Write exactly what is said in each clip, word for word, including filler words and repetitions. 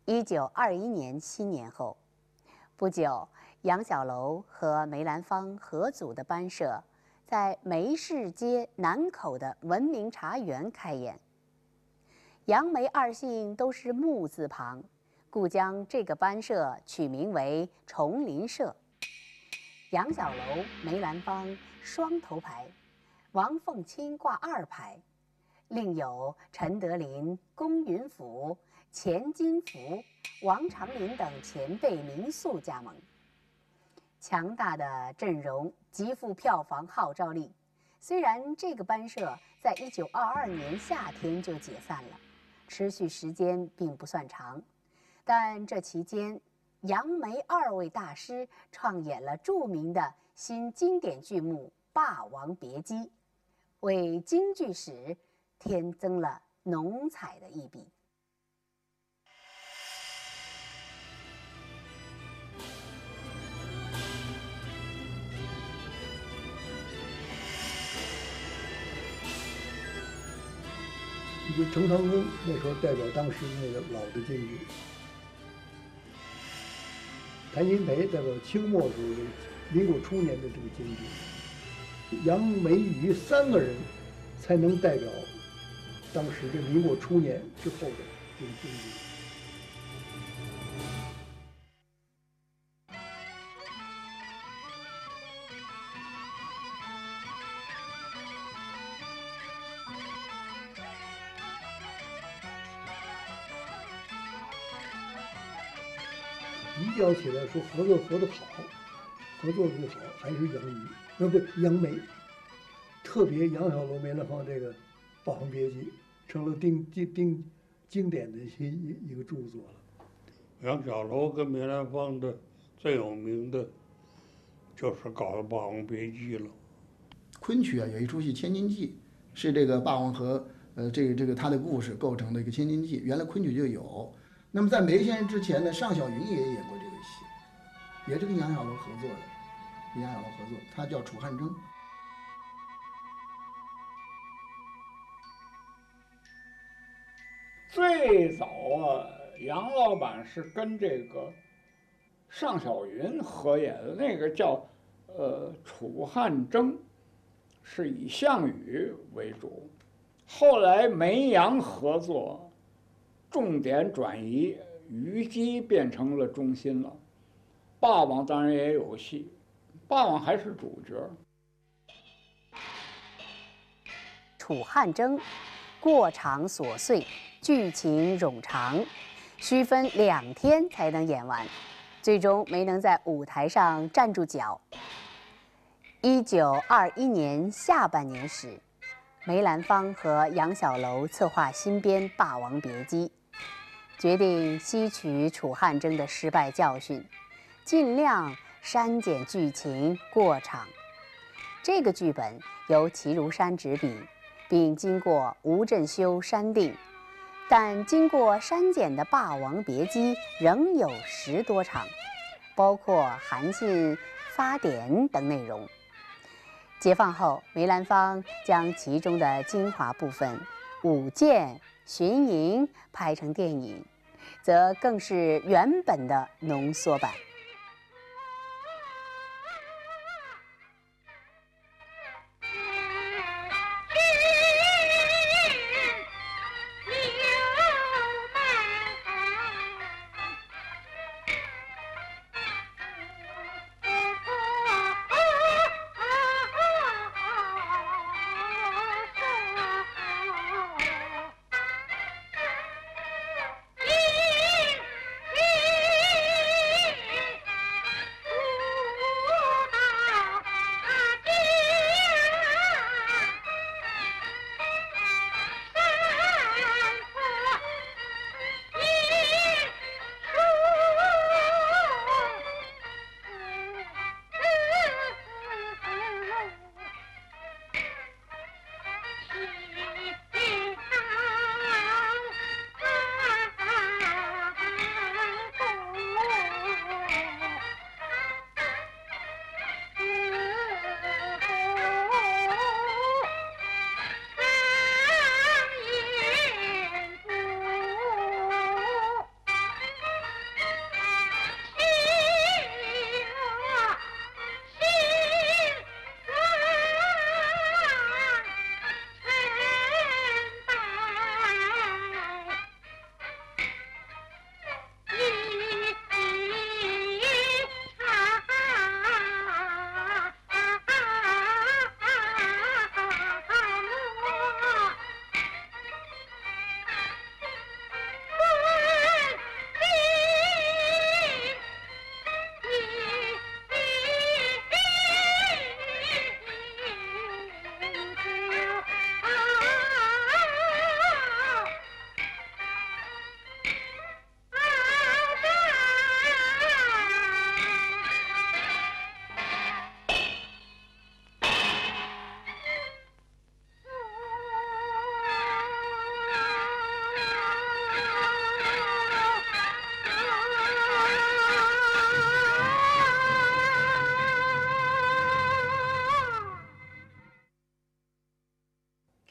一九二一年新年后，不久，杨小楼和梅兰芳合组的班社在梅市街南口的文明茶园开演。杨梅二姓都是木字旁，故将这个班社取名为丛林社。杨小楼、梅兰芳双头牌，王凤卿挂二牌，另有陈德霖、龚云甫、钱金福、王长林等前辈名宿加盟。强大的阵容极富票房号召力。虽然这个班社在一九二二年夏天就解散了，持续时间并不算长，但这期间，杨梅二位大师创演了著名的新经典剧目《霸王别姬》，为京剧史添增了浓彩的一笔。 就程长庚那时候代表当时那个老的京剧，谭鑫培代表清末时候的民国初年的这个京剧，杨梅余三个人才能代表当时的民国初年之后的这个京剧。比较起来说，合作合得好，合作最好还是杨梅，呃不杨梅，特别杨小楼、梅兰芳这个《霸王别姬》成了经经经经典的一一个著作了。 杨小楼跟梅兰芳的最有名的就是搞的《霸王别姬》了。 昆曲啊，有一出戏《千金记》，是这个霸王和呃这个这个他的故事构成的一个《千金记》，原来昆曲就有。那么在梅先生之前呢，尚小云也演过这个戏，也是跟杨小楼合作的，跟杨小楼合作，他叫楚汉争。 最早啊，杨老板是跟这个尚小云合演的，那个叫呃楚汉争，是以项羽为主。后来梅杨合作。重点转移，虞姬变成了中心了。霸王当然也有戏，霸王还是主角。 楚汉争，过场琐碎，剧情冗长，需分两天才能演完，最终没能在舞台上站住脚。一九二一年下半年时，梅兰芳和杨小楼策划新编《霸王别姬》。决定吸取楚汉争的失败教训，尽量删减剧情过场。这个剧本由齐如山执笔，并经过吴振修删定，但经过删减的《霸王别姬》仍有十多场，包括韩信发典等内容。解放后，梅兰芳将其中的精华部分舞剑、巡营拍成电影，则更是原本的浓缩版。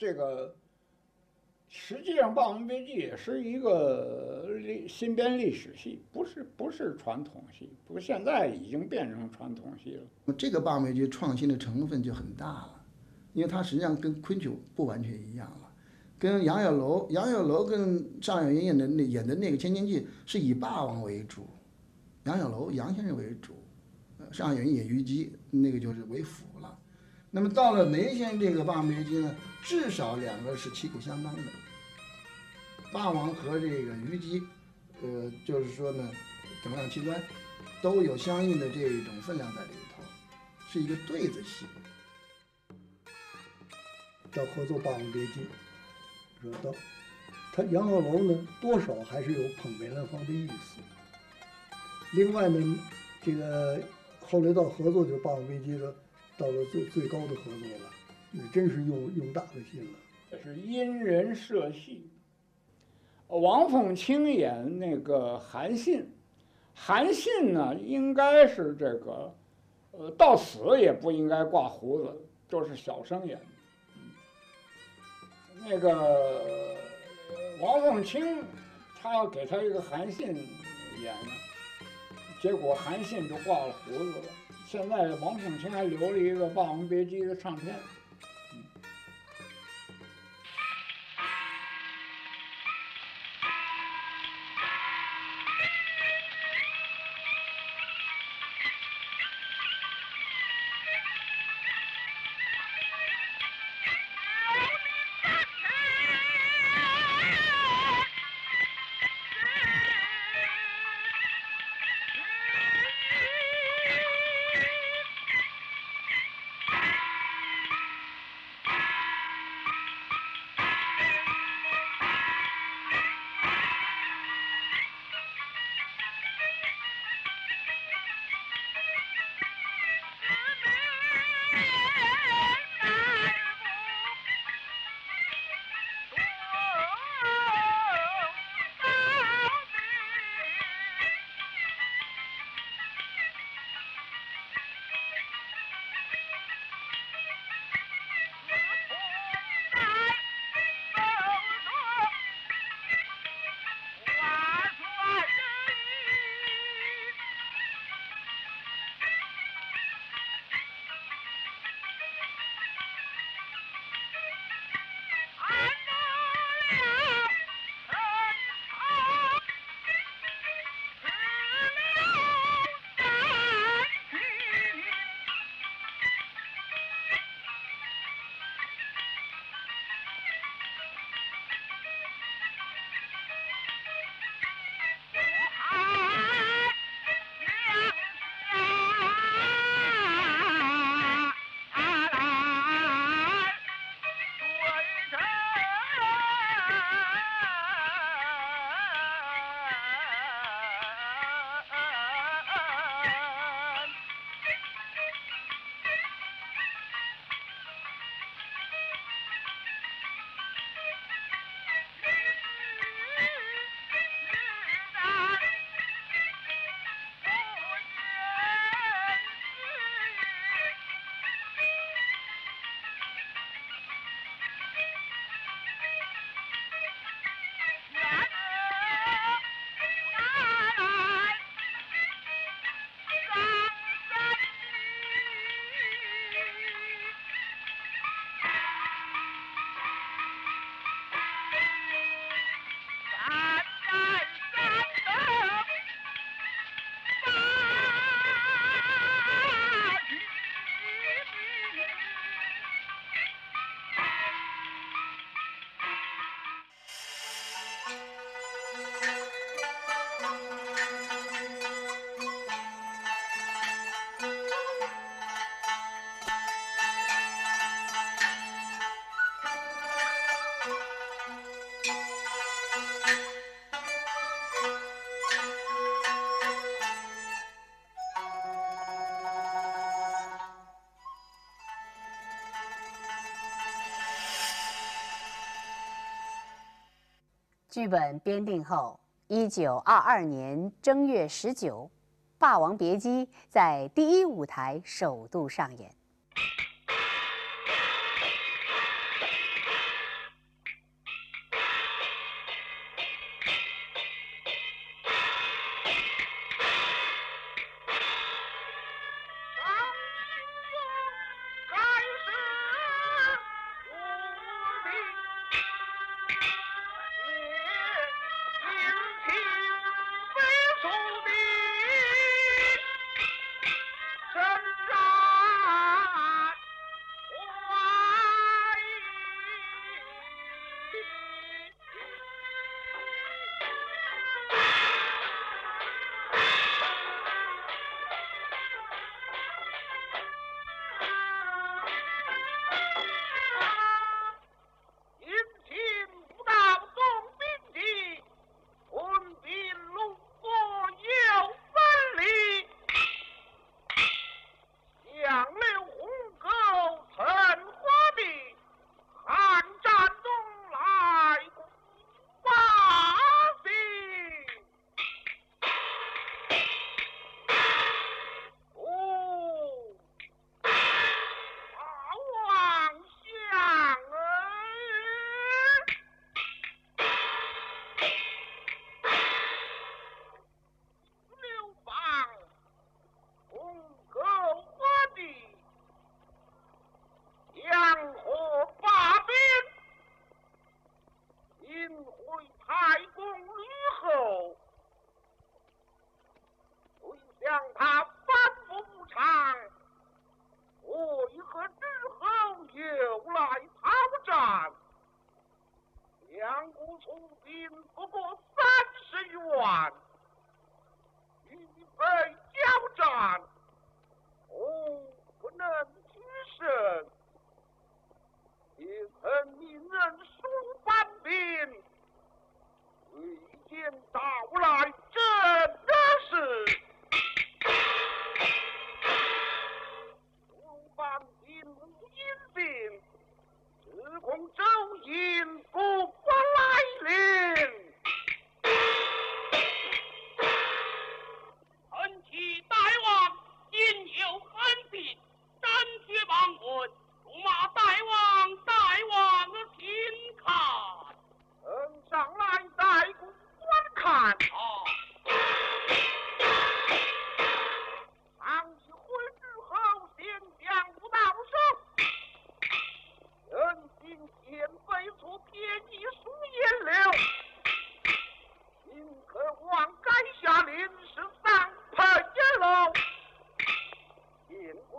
这个实际上《霸王别姬》也是一个历新编历史戏，不是不是传统戏，不过现在已经变成传统戏了。 这个《霸王别姬》创新的成分就很大了，因为它实际上跟昆曲不完全一样了，跟杨小楼、杨小楼跟尚小云演的那演的那个《千金记》是以霸王为主，杨小楼杨先生为主，尚小云演虞姬，那个就是为辅了。那么到了梅先生这个《霸王别姬》呢，至少两个是旗鼓相当的，霸王和这个虞姬，呃，就是说呢，等量器官都有相应的这种分量在里头，是一个对子戏。 到合作《霸王别姬》，说到他杨小楼呢，多少还是有捧梅兰芳的意思。另外呢，这个后来到合作就是《霸王别姬》的，到了最最高的合作了，也真是用用大的心了。 这是因人设戏。王凤卿演那个韩信，韩信呢应该是这个，呃，到死也不应该挂胡子，就是小生演的。那个王凤卿，他要给他一个韩信演呢，结果韩信就挂了胡子了。现在王凤卿还留了一个《霸王别姬》的唱片。 剧本编定后，一九二二年正月十九，《霸王别姬》在第一舞台首度上演。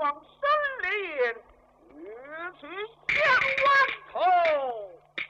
往森林，与其相弯头。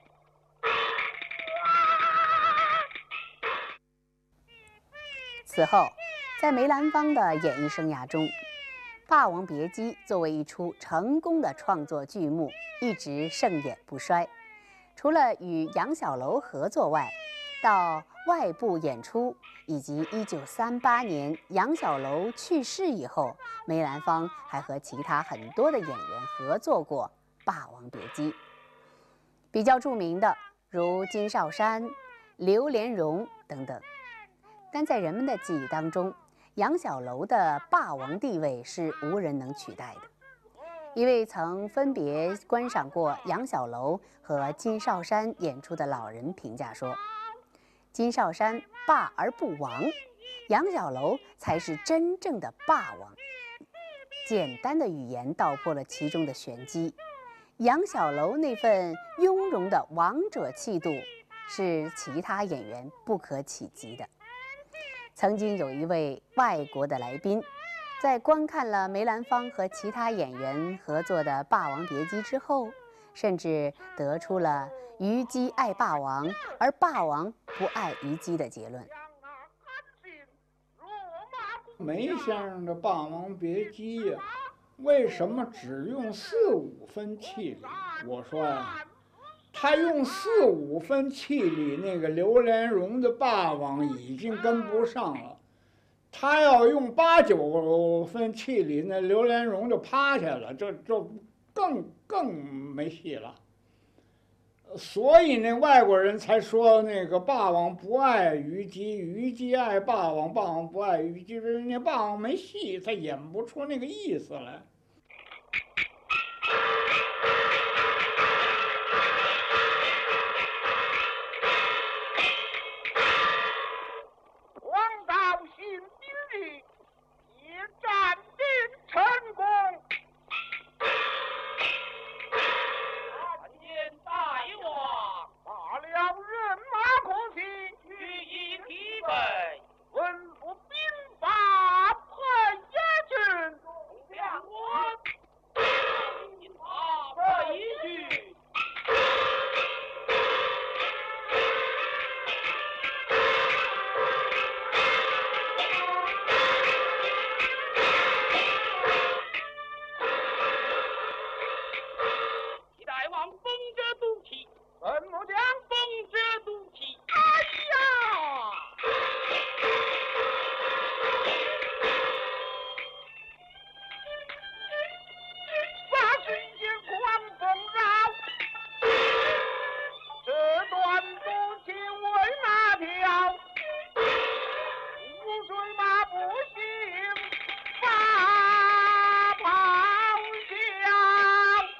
此后，在梅兰芳的演艺生涯中，《霸王别姬》作为一出成功的创作剧目，一直盛演不衰。除了与杨小楼合作外，到外部演出，以及一九三八年杨小楼去世以后，梅兰芳还和其他很多的演员合作过《霸王别姬》。比较著名的如金少山、刘连荣等等。但在人们的记忆当中，杨小楼的霸王地位是无人能取代的。一位曾分别观赏过杨小楼和金少山演出的老人评价说：“金少山霸而不王，杨小楼才是真正的霸王。”简单的语言道破了其中的玄机。杨小楼那份雍容的王者气度，是其他演员不可企及的。曾经有一位外国的来宾，在观看了梅兰芳和其他演员合作的《霸王别姬》之后，甚至得出了虞姬爱霸王，而霸王不爱虞姬的结论。 梅先生的《霸王别姬》呀，为什么只用四五分气力？我说呀，他用四五分气力，那个刘连荣的霸王已经跟不上了。他要用八九分气力，那刘连荣就趴下了，这这更更没戏了。所以那外国人才说那个霸王不爱虞姬，虞姬爱霸王，霸王不爱虞姬，人家霸王没戏，他演不出那个意思来。 王道新兵力已战定成功。大王罢了人马空袭，予以提备，吩咐兵法派野军，两我兵法备去。大王风着毒气，怎么讲风着毒气？哎呀！发是一些狂风扰，这段毒气为哪条？无水马不行，发咆哮。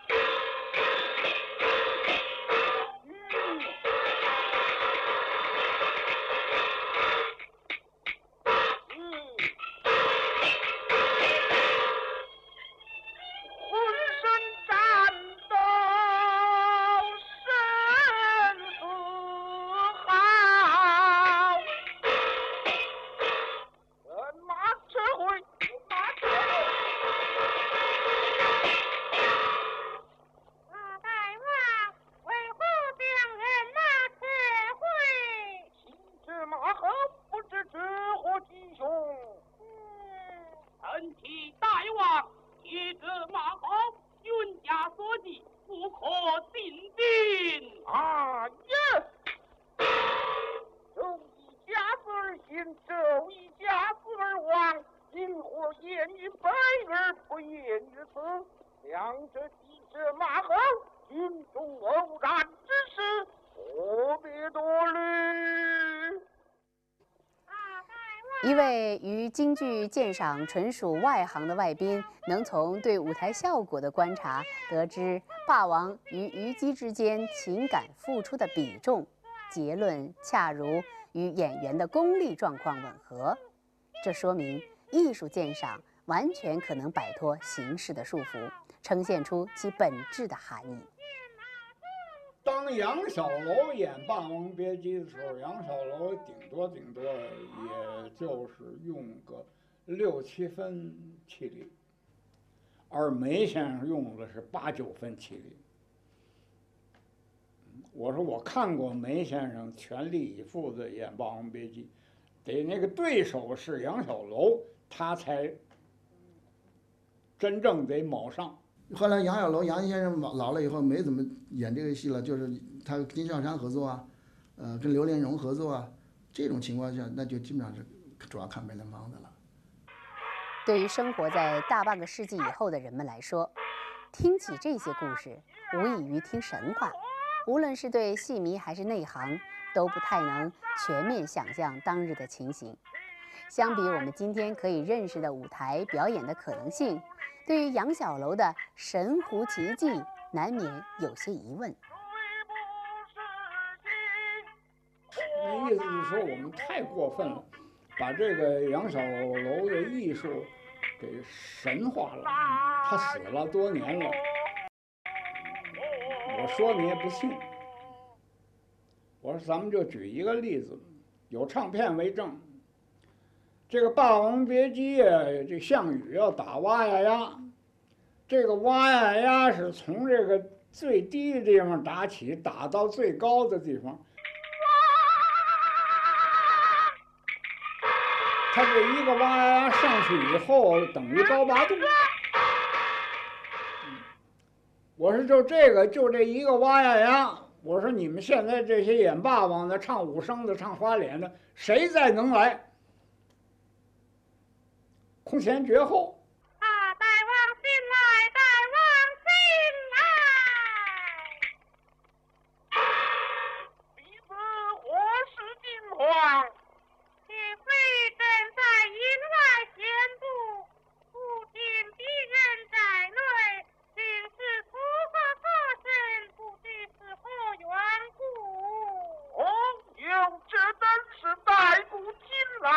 一位于京剧鉴赏纯属外行的外宾，能从对舞台效果的观察得知霸王与虞姬之间情感付出的比重，结论恰如与演员的功力状况吻合。这说明艺术鉴赏完全可能摆脱形式的束缚，呈现出其本质的含义。 当杨小楼演《霸王别姬》的时候，杨小楼顶多顶多也就是用个六七分气力， 而梅先生用的是八九分起立。我说我看过梅先生全力以赴的演《霸王别姬》，得那个对手是杨小楼，他才真正得卯上。 后来杨小楼杨先生老了以后没怎么演这个戏了，就是他跟金少山合作啊，呃，跟刘连荣合作啊，这种情况下，那就基本上是主要看梅兰芳的了。 对于生活在大半个世纪以后的人们来说，听起这些故事，无异于听神话。无论是对戏迷还是内行，都不太能全面想象当日的情形。相比我们今天可以认识的舞台表演的可能性，对于杨小楼的神乎其技，难免有些疑问。 那意思是说我们太过分了，把这个杨小楼的艺术给神化了。他死了多年了，我说你也不信。我说咱们就举一个例子，有唱片为证。这个《霸王别姬》啊，这项羽要打哇呀呀，这个哇呀呀是从这个最低的地方打起，打到最高的地方。他这一个哇呀呀上去以后，等于高八度。我说就这个，就这一个哇呀呀。我说你们现在这些演霸王的、唱武生的、唱花脸的，谁再能来？空前绝后。 啊，大王新来，大王新来！弟子何时进皇？且非正在营外闲步，不见敌人在内，竟是出何个身？不知是何缘故？哦，有这等事带不进来。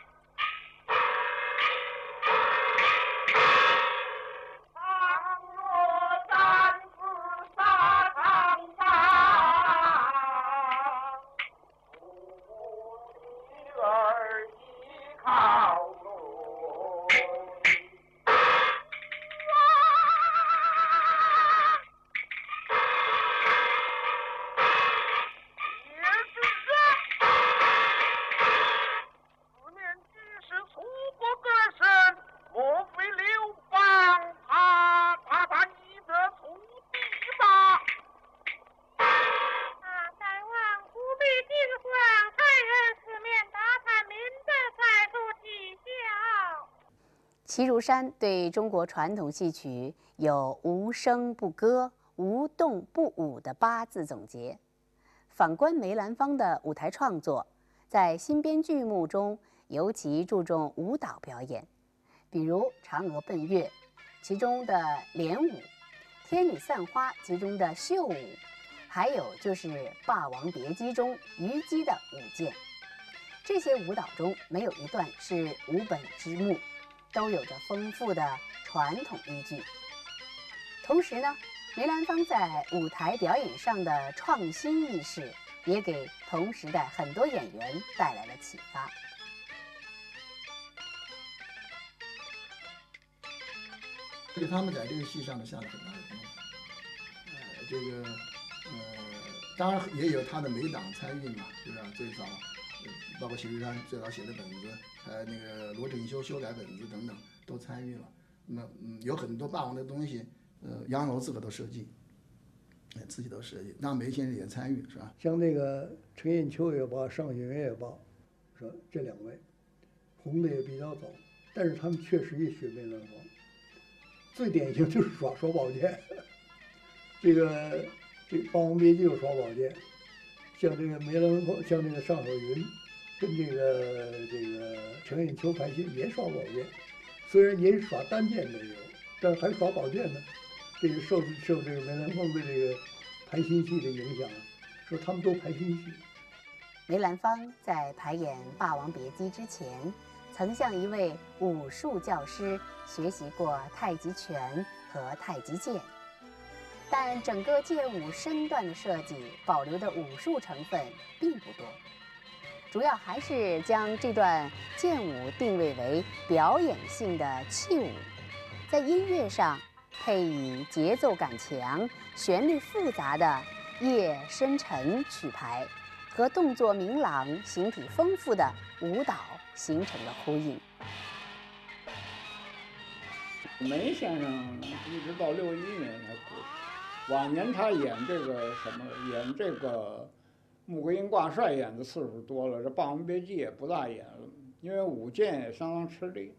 齐如山对中国传统戏曲有“无声不歌，无动不舞”的八字总结。反观梅兰芳的舞台创作，在新编剧目中尤其注重舞蹈表演，比如《嫦娥奔月》其中的连舞，《天女散花》其中的绣舞，还有就是《霸王别姬》中虞姬的舞剑。这些舞蹈中没有一段是无本之木，都有着丰富的传统依据。同时呢，梅兰芳在舞台表演上的创新意识，也给同时代很多演员带来了启发。 所以他们在这个戏上呢下了很大的功夫。呃，这个呃，当然也有他的梅党参与嘛，是吧？最早，呃、包括齐如山最早写的本子，呃，那个罗振修修改本子等等都参与了。那么，嗯，有很多霸王的东西，呃，杨楼自个都设计，哎，自己都设计。那梅先生也参与，是吧？ 像那个陈寅秋也罢，尚雪云也罢，是吧？这两位红的也比较早，但是他们确实也学梅兰芳。最典型就是耍双宝剑，这个这《霸王别姬》有耍宝剑，像这个梅兰芳，像这个尚小云，跟这个这个陈寅秋排戏也耍宝剑，虽然也耍单剑没有，但是还耍宝剑呢。这个受受这个梅兰芳的这个排新戏的影响，说他们都排新戏。 梅兰芳在排演《霸王别姬》之前，曾向一位武术教师学习过太极拳和太极剑，但整个剑舞身段的设计保留的武术成分并不多，主要还是将这段剑舞定位为表演性的器舞， 在音乐上配以节奏感强、旋律复杂的夜深沉曲牌，和动作明朗、形体丰富的舞蹈形成了呼应。 梅先生一直到六一年才过世，晚年他演这个什么，演这个穆桂英挂帅演的次数多了，这《霸王别姬》也不大演了，因为舞剑也相当吃力。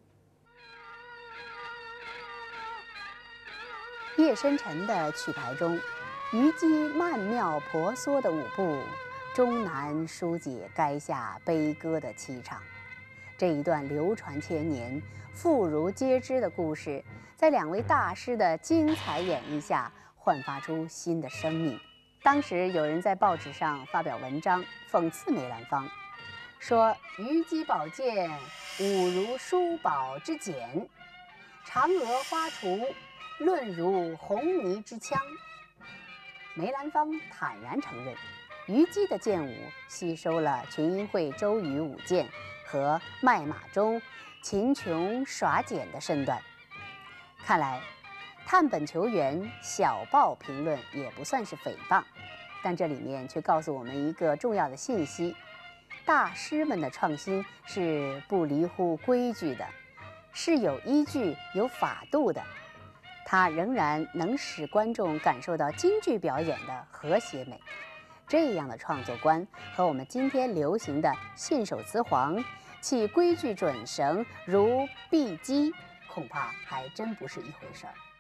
夜深沉的曲牌中，虞姬曼妙婆娑的舞步，终难疏解垓下悲歌的凄怆。这一段流传千年、妇孺皆知的故事，在两位大师的精彩演绎下，焕发出新的生命。当时有人在报纸上发表文章讽刺梅兰芳，说虞姬宝剑舞如珠宝之简，嫦娥花锄论如红泥之枪。梅兰芳坦然承认，虞姬的剑舞吸收了群英会周瑜舞剑和麦马中秦琼耍剪的身段。看来探本求源、小报评论也不算是诽谤，但这里面却告诉我们一个重要的信息：大师们的创新是不离乎规矩的，是有依据、有法度的。它仍然能使观众感受到京剧表演的和谐美。这样的创作观和我们今天流行的信手雌黄、弃规矩准绳如碧鸡，恐怕还真不是一回事儿。